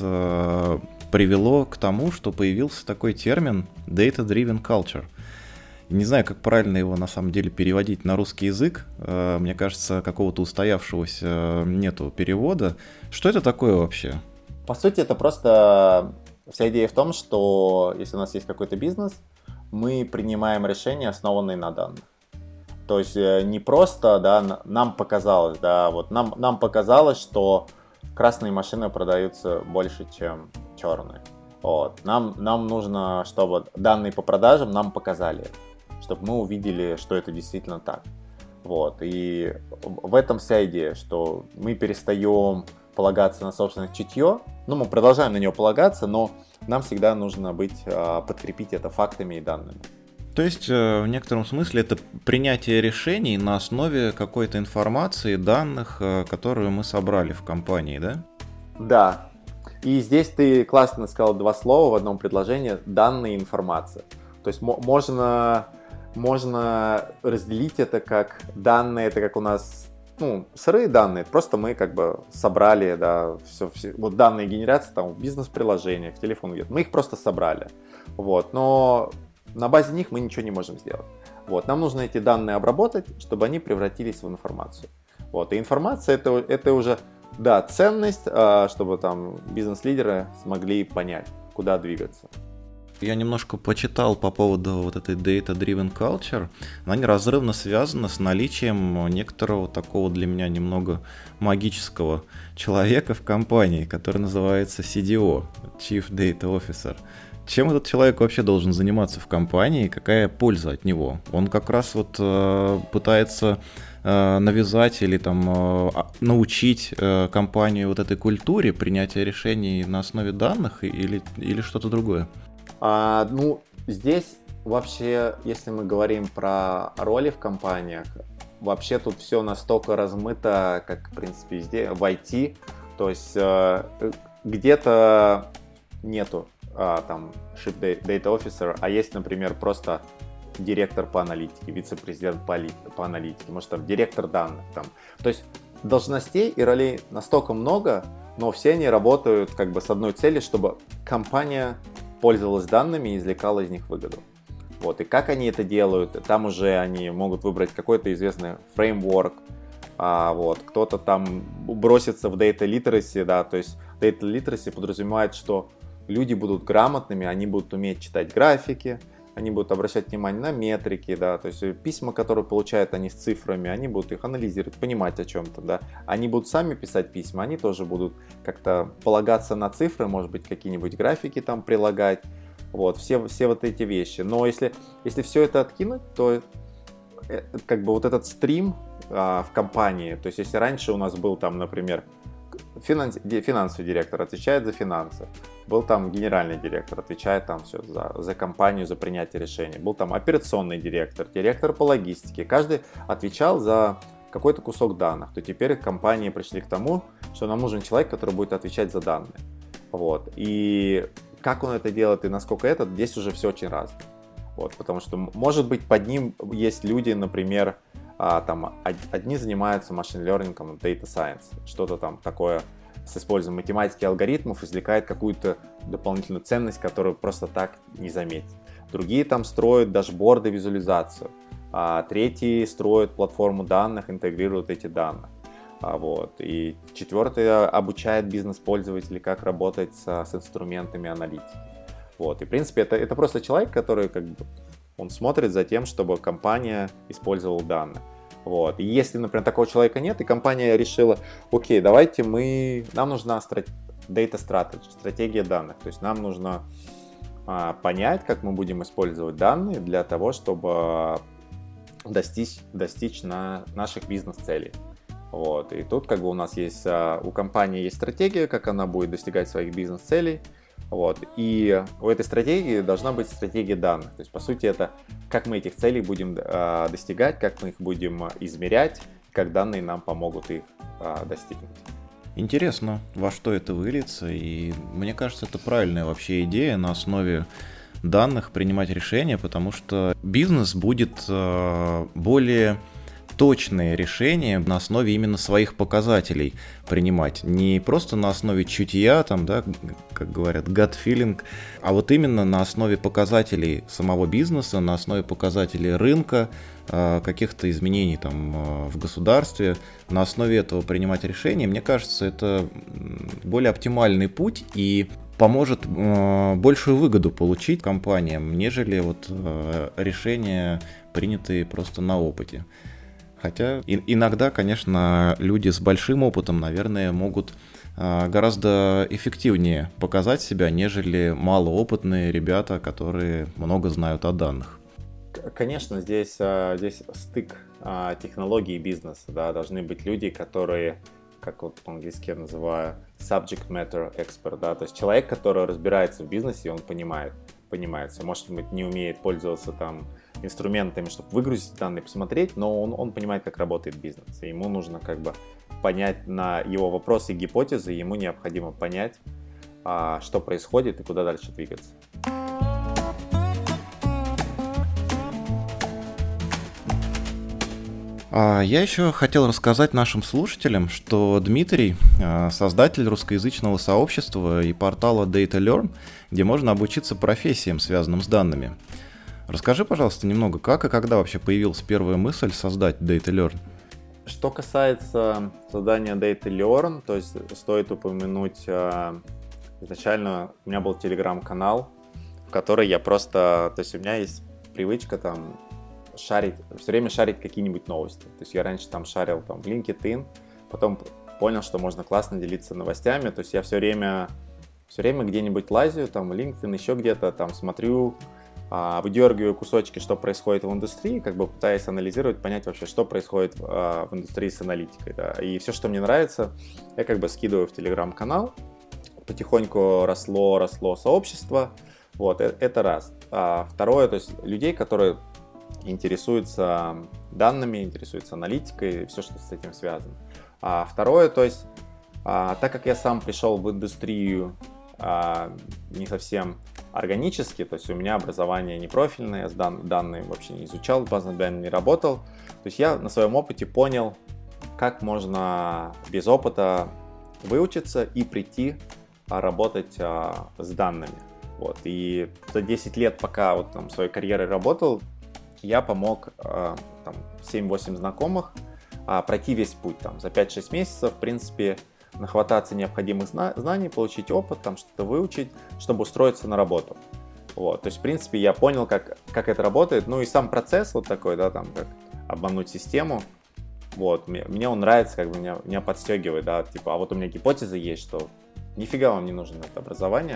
привело к тому, что появился такой термин data-driven culture. Не знаю, как правильно его на самом деле переводить на русский язык. Мне кажется, какого-то устоявшегося нету перевода. Что это такое вообще? По сути, это просто вся идея в том, что если у нас есть какой-то бизнес, мы принимаем решения, основанные на данных. То есть не просто, да, нам показалось, да, вот нам, нам показалось, что красные машины продаются больше, чем черные. Вот. Нам, нам нужно, чтобы данные по продажам нам показали, чтобы мы увидели, что это действительно так. Вот. И в этом вся идея, что мы перестаем полагаться на собственное чутье. Ну, мы продолжаем на него полагаться, но нам всегда нужно быть, подкрепить это фактами и данными. То есть, в некотором смысле, это принятие решений на основе какой-то информации, данных, которую мы собрали в компании, да? Да. И здесь ты классно сказал два слова в одном предложении: данные и информация. То есть можно, можно разделить это как данные, это как у нас, ну, сырые данные, просто мы как бы собрали, да, все, все вот данные генерации там в бизнес-приложениях, в телефон где-то, мы их просто собрали, вот, но на базе них мы ничего не можем сделать. Вот, нам нужно эти данные обработать, чтобы они превратились в информацию. Вот, и информация это, это уже, да, ценность, чтобы там бизнес-лидеры смогли понять, куда двигаться. Я немножко почитал по поводу вот этой data-driven culture. Она неразрывно связана с наличием некоторого такого для меня немного магического человека в компании, который называется си ди о, Chief Data Officer. Чем этот человек вообще должен заниматься в компании, какая польза от него? Он как раз вот э, пытается э, навязать или там э, научить э, компанию вот этой культуре принятия решений на основе данных или, или что-то другое? А, ну, здесь вообще, если мы говорим про роли в компаниях, вообще тут все настолько размыто, как, в принципе, везде, в ай ти. То есть э, где-то нету а, там Chief Data Officer, а есть, например, просто директор по аналитике, вице-президент по, по аналитике, может там директор данных. Там. То есть должностей и ролей настолько много, но все они работают как бы с одной целью, чтобы компания пользовалась данными и извлекала из них выгоду. Вот. И как они это делают, там уже они могут выбрать какой-то известный фреймворк, а, вот, кто-то там бросится в data literacy, да, то есть data literacy подразумевает, что люди будут грамотными, они будут уметь читать графики, они будут обращать внимание на метрики, да, то есть письма, которые получают они с цифрами, они будут их анализировать, понимать о чем-то, да, они будут сами писать письма, они тоже будут как-то полагаться на цифры, может быть, какие-нибудь графики там прилагать, вот, все, все вот эти вещи, но если, если все это откинуть, то как бы вот этот стрим а, в компании, то есть если раньше у нас был там, например, финанс, финансовый директор отвечает за финансы, был там генеральный директор, отвечает там все за, за компанию, за принятие решений, был там операционный директор, директор по логистике, каждый отвечал за какой-то кусок данных, то теперь компании пришли к тому, что нам нужен человек, который будет отвечать за данные, вот, и как он это делает и насколько это, здесь уже все очень разное. Вот, потому что, может быть, под ним есть люди, например, а, там, одни занимаются машин лернингом, data science, что-то там такое с использованием математики и алгоритмов извлекает какую-то дополнительную ценность, которую просто так не заметить. Другие там строят дашборды, визуализацию, а третьи строят платформу данных, интегрируют эти данные. А, вот. И четвертый обучает бизнес-пользователей, как работать с, с инструментами аналитики. Вот. И, в принципе, это, это просто человек, который как бы, он смотрит за тем, чтобы компания использовала данные. Вот. И если, например, такого человека нет, и компания решила, окей, давайте мы, нам нужна страт... data strategy, стратегия данных. То есть нам нужно а, понять, как мы будем использовать данные для того, чтобы достичь, достичь на наших бизнес-целей. Вот. И тут как бы у нас есть, у компании есть стратегия, как она будет достигать своих бизнес-целей. Вот. И у этой стратегии должна быть стратегия данных. То есть, по сути, это как мы этих целей будем э, достигать, как мы их будем измерять, как данные нам помогут их э, достигнуть. Интересно, во что это выльется. И мне кажется, это правильная вообще идея на основе данных принимать решения, потому что бизнес будет э, более точные решения на основе именно своих показателей принимать. Не просто на основе чутья, там, да, как говорят, gut feeling, а вот именно на основе показателей самого бизнеса, на основе показателей рынка, каких-то изменений там в государстве, на основе этого принимать решения. Мне кажется, это более оптимальный путь и поможет э, большую выгоду получить компаниям, нежели вот э, решения, принятые просто на опыте. Хотя и, иногда, конечно, люди с большим опытом, наверное, могут э, гораздо эффективнее показать себя, нежели малоопытные ребята, которые много знают о данных. Конечно, здесь, здесь стык технологий и бизнеса. Да, должны быть люди, которые, как вот по-английски я называю, subject matter expert, да, то есть человек, который разбирается в бизнесе, и он понимает, понимает все. Может быть, не умеет пользоваться там инструментами, чтобы выгрузить данные, посмотреть, но он, он понимает, как работает бизнес. И ему нужно как бы понять на его вопросы и гипотезы, ему необходимо понять, а, что происходит и куда дальше двигаться. Я еще хотел рассказать нашим слушателям, что Дмитрий — создатель русскоязычного сообщества и портала DataLearn, где можно обучиться профессиям, связанным с данными. Расскажи, пожалуйста, немного, как и когда вообще появилась первая мысль создать DataLearn? Что касается создания DataLearn, то есть стоит упомянуть, изначально у меня был телеграм-канал, в который я просто, то есть у меня есть привычка там шарить, все время шарить какие-нибудь новости. То есть я раньше там шарил там в LinkedIn, потом понял, что можно классно делиться новостями. То есть я все время, все время где-нибудь лазю, там в LinkedIn, еще где-то там смотрю, выдергиваю кусочки, что происходит в индустрии, как бы пытаясь анализировать, понять вообще, что происходит в индустрии с аналитикой. Да. И все, что мне нравится, я как бы скидываю в телеграм-канал. Потихоньку росло, росло сообщество. Вот, это раз. А второе, то есть людей, которые интересуются данными, интересуются аналитикой и все, что с этим связано. А второе, то есть, а, так как я сам пришел в индустрию а, не совсем органически, то есть у меня образование не профильное, я с дан- данные вообще не изучал, базовыми данными не работал. То есть я на своем опыте понял, как можно без опыта выучиться и прийти а, работать а, с данными. Вот. И за десять лет, пока вот там своей карьерой работал, я помог а, там, семь-восемь знакомых а, пройти весь путь. Там, за пять-шесть месяцев, в принципе, нахвататься необходимых зна- знаний, получить опыт, там, что-то выучить, чтобы устроиться на работу. Вот. То есть, в принципе, я понял, как, как это работает. Ну и сам процесс вот такой, да, там, как обмануть систему. Вот, мне, мне он нравится, как бы меня, меня подстегивает, да, типа, а вот у меня гипотеза есть, что нифига вам не нужно это образование,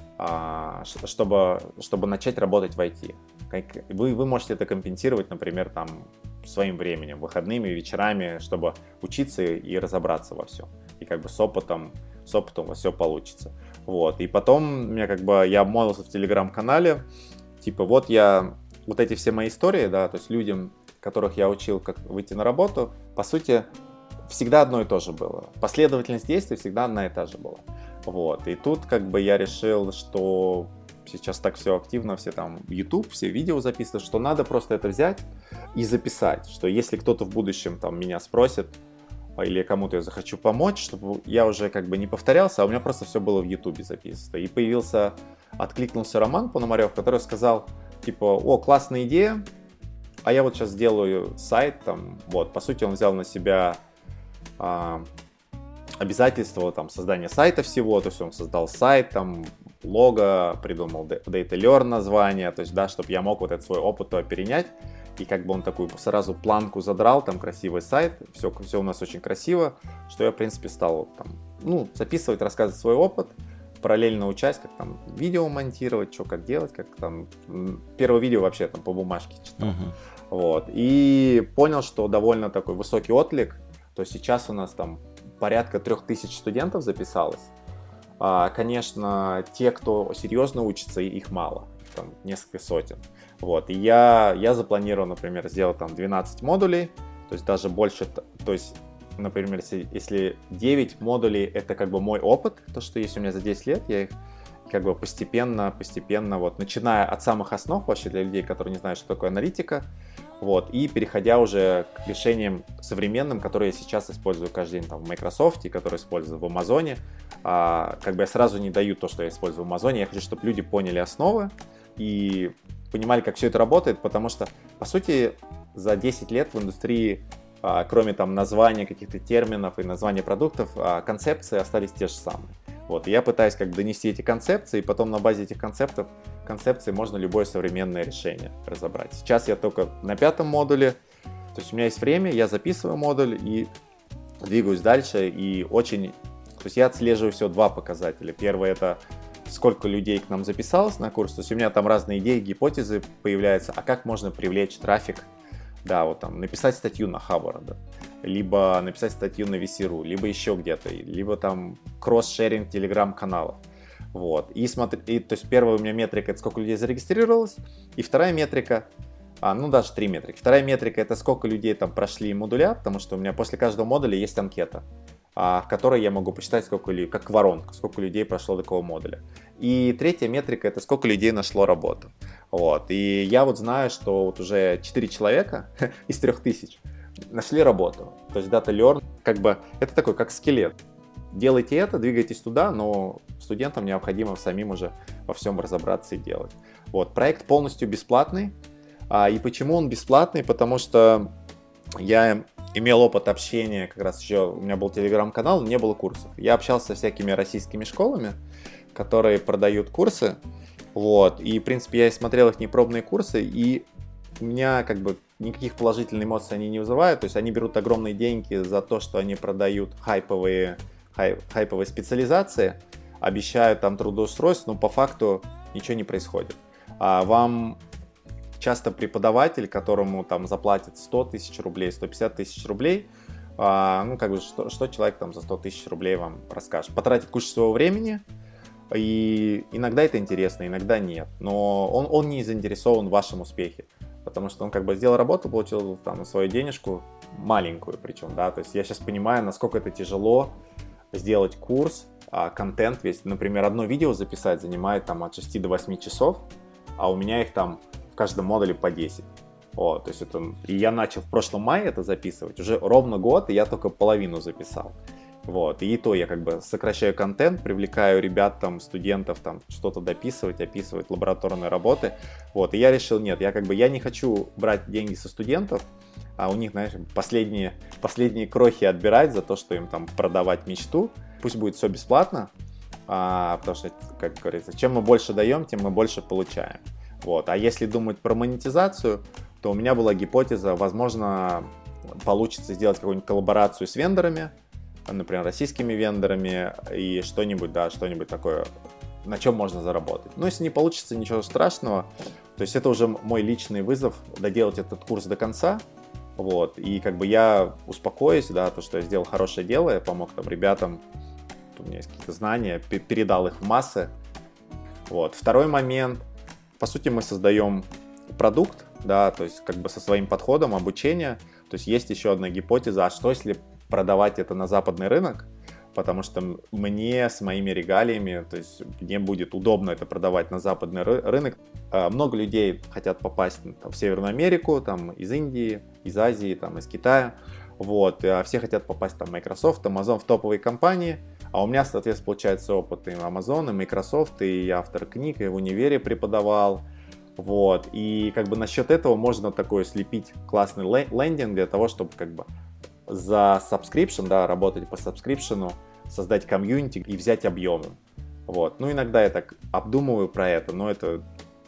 а, чтобы, чтобы начать работать в ай ти. Как, вы, вы можете это компенсировать, например, там, своим временем, выходными, вечерами, чтобы учиться и разобраться во всем. И как бы с опытом, с опытом во все получится. Вот, и потом меня как бы, я обмолвился в телеграм-канале, типа, вот я, вот эти все мои истории, да, то есть людям, которых я учил, как выйти на работу, по сути, всегда одно и то же было. Последовательность действий всегда одна и та же была. Вот. И тут как бы я решил, что сейчас так все активно, все там YouTube, все видео записывают, что надо просто это взять и записать, что если кто-то в будущем там меня спросит, или кому-то я захочу помочь, чтобы я уже как бы не повторялся, а у меня просто все было в YouTube записано. И появился, откликнулся Роман Пономарев, который сказал, типа, о, классная идея, а я вот сейчас сделаю сайт, там, вот, по сути, он взял на себя а, обязательство, там, создания сайта всего, то есть он создал сайт, там, лого, придумал Data Learn название, то есть, да, чтобы я мог вот этот свой опыт перенять, и как бы он такую сразу планку задрал, там, красивый сайт, все, все у нас очень красиво, что я, в принципе, стал, там, ну, записывать, рассказывать свой опыт, параллельно учась, как там видео монтировать, что как делать, как там, первое видео вообще там по бумажке читал. Uh-huh. Вот. И понял, что довольно такой высокий отклик. То есть сейчас у нас там порядка трех тысяч студентов записалось. А, конечно, те, кто серьезно учится, их мало, там несколько сотен. Вот. И я, я запланировал, например, сделать там двенадцать модулей, то есть даже больше, то есть, например, если, если девять модулей это как бы мой опыт, то, что есть у меня за десять лет, я их как бы постепенно, постепенно, вот, начиная от самых основ вообще для людей, которые не знают, что такое аналитика, вот, и переходя уже к решениям современным, которые я сейчас использую каждый день там в Microsoft, и которые использую в Амазоне. А, как бы я сразу не даю то, что я использую в Амазоне, я хочу, чтобы люди поняли основы и понимали, как все это работает, потому что, по сути, за десять лет в индустрии, а, кроме там названия каких-то терминов и названия продуктов, а, концепции остались те же самые. Вот, и я пытаюсь как бы донести эти концепции, и потом на базе этих концептов, концепций можно любое современное решение разобрать. Сейчас я только на пятом модуле, то есть у меня есть время, я записываю модуль и двигаюсь дальше, и очень, то есть я отслеживаю всего два показателя. Первый — это сколько людей к нам записалось на курс, то есть у меня там разные идеи, гипотезы появляются, а как можно привлечь трафик, да, вот там написать статью на Хаббард, да, либо написать статью на ви си точка ру, либо еще где-то, либо там кросс-шеринг телеграм-каналов. Вот. И смотри, и, то есть первая у меня метрика — это сколько людей зарегистрировалось, и вторая метрика, а, ну даже три метрики. Вторая метрика — это сколько людей там прошли модуля, потому что у меня после каждого модуля есть анкета, а, в которой я могу посчитать, сколько, как воронка, сколько людей прошло такого модуля. И третья метрика — это сколько людей нашло работу. Вот. И я вот знаю, что вот уже четыре человека из трех тысяч нашли работу. То есть Data Learn, как бы, это такой, как скелет. Делайте это, двигайтесь туда, но студентам необходимо самим уже во всем разобраться и делать. Вот. Проект полностью бесплатный. А, и почему он бесплатный? Потому что я имел опыт общения, как раз еще у меня был телеграм-канал, не было курсов. Я общался со всякими российскими школами, которые продают курсы. Вот. И, в принципе, я смотрел их непробные курсы, и у меня как бы никаких положительных эмоций они не вызывают. То есть они берут огромные деньги за то, что они продают хайповые, хай, хайповые специализации, обещают там трудоустройство, но по факту ничего не происходит. А вам часто преподаватель, которому там заплатят сто тысяч рублей, сто пятьдесят тысяч рублей, а, ну как бы что, что человек там за сто тысяч рублей вам расскажет? Потратит кучу своего времени, и иногда это интересно, иногда нет. Но он, он не заинтересован в вашем успехе. Потому что он как бы сделал работу, получил там свою денежку, маленькую причем, да, то есть я сейчас понимаю, насколько это тяжело сделать курс, а, контент весь. Например, одно видео записать занимает там от шести до восьми часов, а у меня их там в каждом модуле по десять. О, то есть это... И я начал в прошлом мае это записывать, уже ровно год, и я только половину записал. Вот, и то я как бы сокращаю контент, привлекаю ребят, там, студентов, там, что-то дописывать, описывать лабораторные работы. Вот, и я решил, нет, я как бы, я не хочу брать деньги со студентов, а у них, знаешь, последние, последние крохи отбирать за то, что им там продавать мечту. Пусть будет все бесплатно, а, потому что, как говорится, чем мы больше даем, тем мы больше получаем. Вот, а если думать про монетизацию, то у меня была гипотеза, возможно, получится сделать какую-нибудь коллаборацию с вендорами, например, российскими вендорами и что-нибудь, да, что-нибудь такое, на чем можно заработать. Но если не получится, ничего страшного. То есть это уже мой личный вызов доделать этот курс до конца. Вот, и как бы я успокоюсь, да, то, что я сделал хорошее дело, я помог там ребятам, у меня есть какие-то знания, передал их в массы. Вот. Второй момент, по сути, мы создаем продукт, да, то есть как бы со своим подходом обучения. То есть есть еще одна гипотеза, а что если продавать это на западный рынок, потому что мне с моими регалиями, то есть мне будет удобно это продавать на западный рынок. Много людей хотят попасть там, в Северную Америку, там, из Индии, из Азии, там, из Китая, вот, а все хотят попасть там, в Microsoft, Amazon, в топовые компании, а у меня, соответственно, получается опыт и Amazon, и Microsoft, и я автор книг, и в универе преподавал. Вот, и как бы насчет этого можно такое слепить классный лендинг для того, чтобы как бы за subscription, да, работать по subscription, создать комьюнити и взять объемы. Вот, ну иногда я так обдумываю про это, но это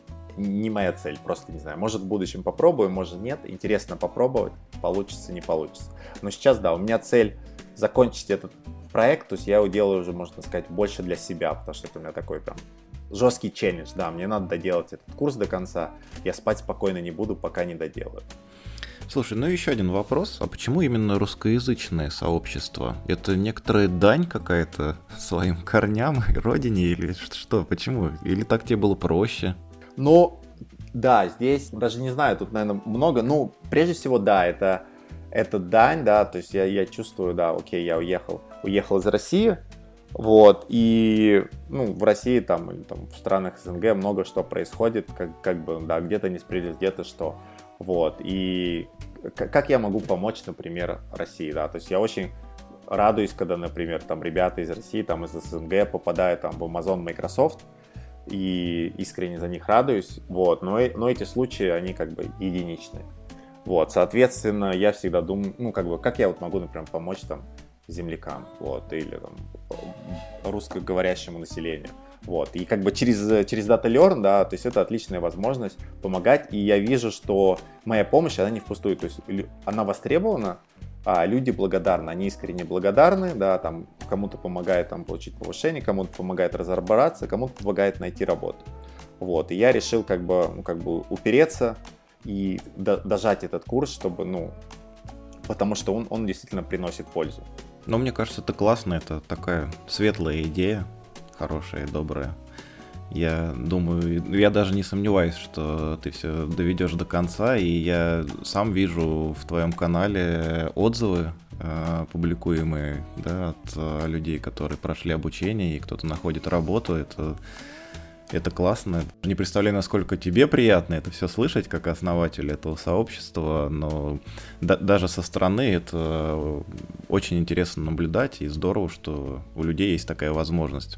не моя цель, просто не знаю, может в будущем попробую, может нет, интересно попробовать, получится, не получится. Но сейчас, да, у меня цель закончить этот проект, то есть я его делаю уже, можно сказать, больше для себя, потому что это у меня такой прям жесткий челлендж, да, мне надо доделать этот курс до конца, я спать спокойно не буду, пока не доделаю. Слушай, ну еще один вопрос, а почему именно русскоязычное сообщество? Это некоторая дань какая-то своим корням и родине или что, почему? Или так тебе было проще? Ну, да, здесь даже не знаю, тут, наверное, много, ну, прежде всего, да, это, это дань, да, то есть я, я чувствую, да, окей, я уехал, уехал из России. Вот, и, ну, в России, там, или там в странах СНГ много что происходит, как, как бы, да, где-то несправедливость, где-то что, вот, и как я могу помочь, например, России, да, то есть я очень радуюсь, когда, например, там, ребята из России, там, из СНГ попадают, там, в Amazon, Microsoft, и искренне за них радуюсь, вот, но, но эти случаи, они, как бы, единичные, вот, соответственно, я всегда думаю, ну, как бы, как я вот могу, например, помочь, там, землякам, вот, или там русскоговорящему населению, вот, и как бы через, через Data Learn, да, то есть это отличная возможность помогать, и я вижу, что моя помощь, она не впустую, то есть она востребована, а люди благодарны, они искренне благодарны, да, там, кому-то помогает там получить повышение, кому-то помогает разобраться, кому-то помогает найти работу, вот, и я решил как бы, ну, как бы упереться и до, дожать этот курс, чтобы, ну, потому что он, он действительно приносит пользу. Но мне кажется, это классно, это такая светлая идея, хорошая и добрая. Я думаю, я даже не сомневаюсь, что ты все доведешь до конца, и я сам вижу в твоем канале отзывы, э, публикуемые, да, от э, людей, которые прошли обучение, и кто-то находит работу. Это, это классно. Не представляю, насколько тебе приятно это все слышать, как основатель этого сообщества, но да, даже со стороны это очень интересно наблюдать, и здорово, что у людей есть такая возможность.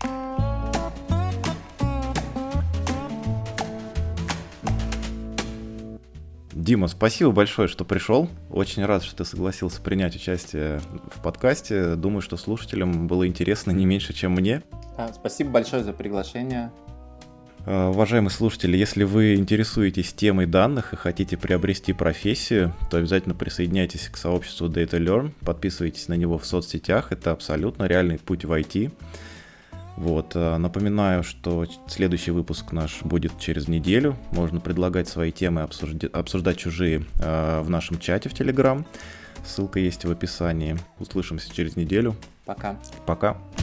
Дима, спасибо большое, что пришел. Очень рад, что ты согласился принять участие в подкасте. Думаю, что слушателям было интересно не меньше, чем мне. Спасибо большое за приглашение. Уважаемые слушатели, если вы интересуетесь темой данных и хотите приобрести профессию, то обязательно присоединяйтесь к сообществу Data Learn, подписывайтесь на него в соцсетях, это абсолютно реальный путь в ай ти. Вот. Напоминаю, что следующий выпуск наш будет через неделю. Можно предлагать свои темы, обсуждать, обсуждать чужие э, в нашем чате в Telegram. Ссылка есть в описании. Услышимся через неделю. Пока. Пока.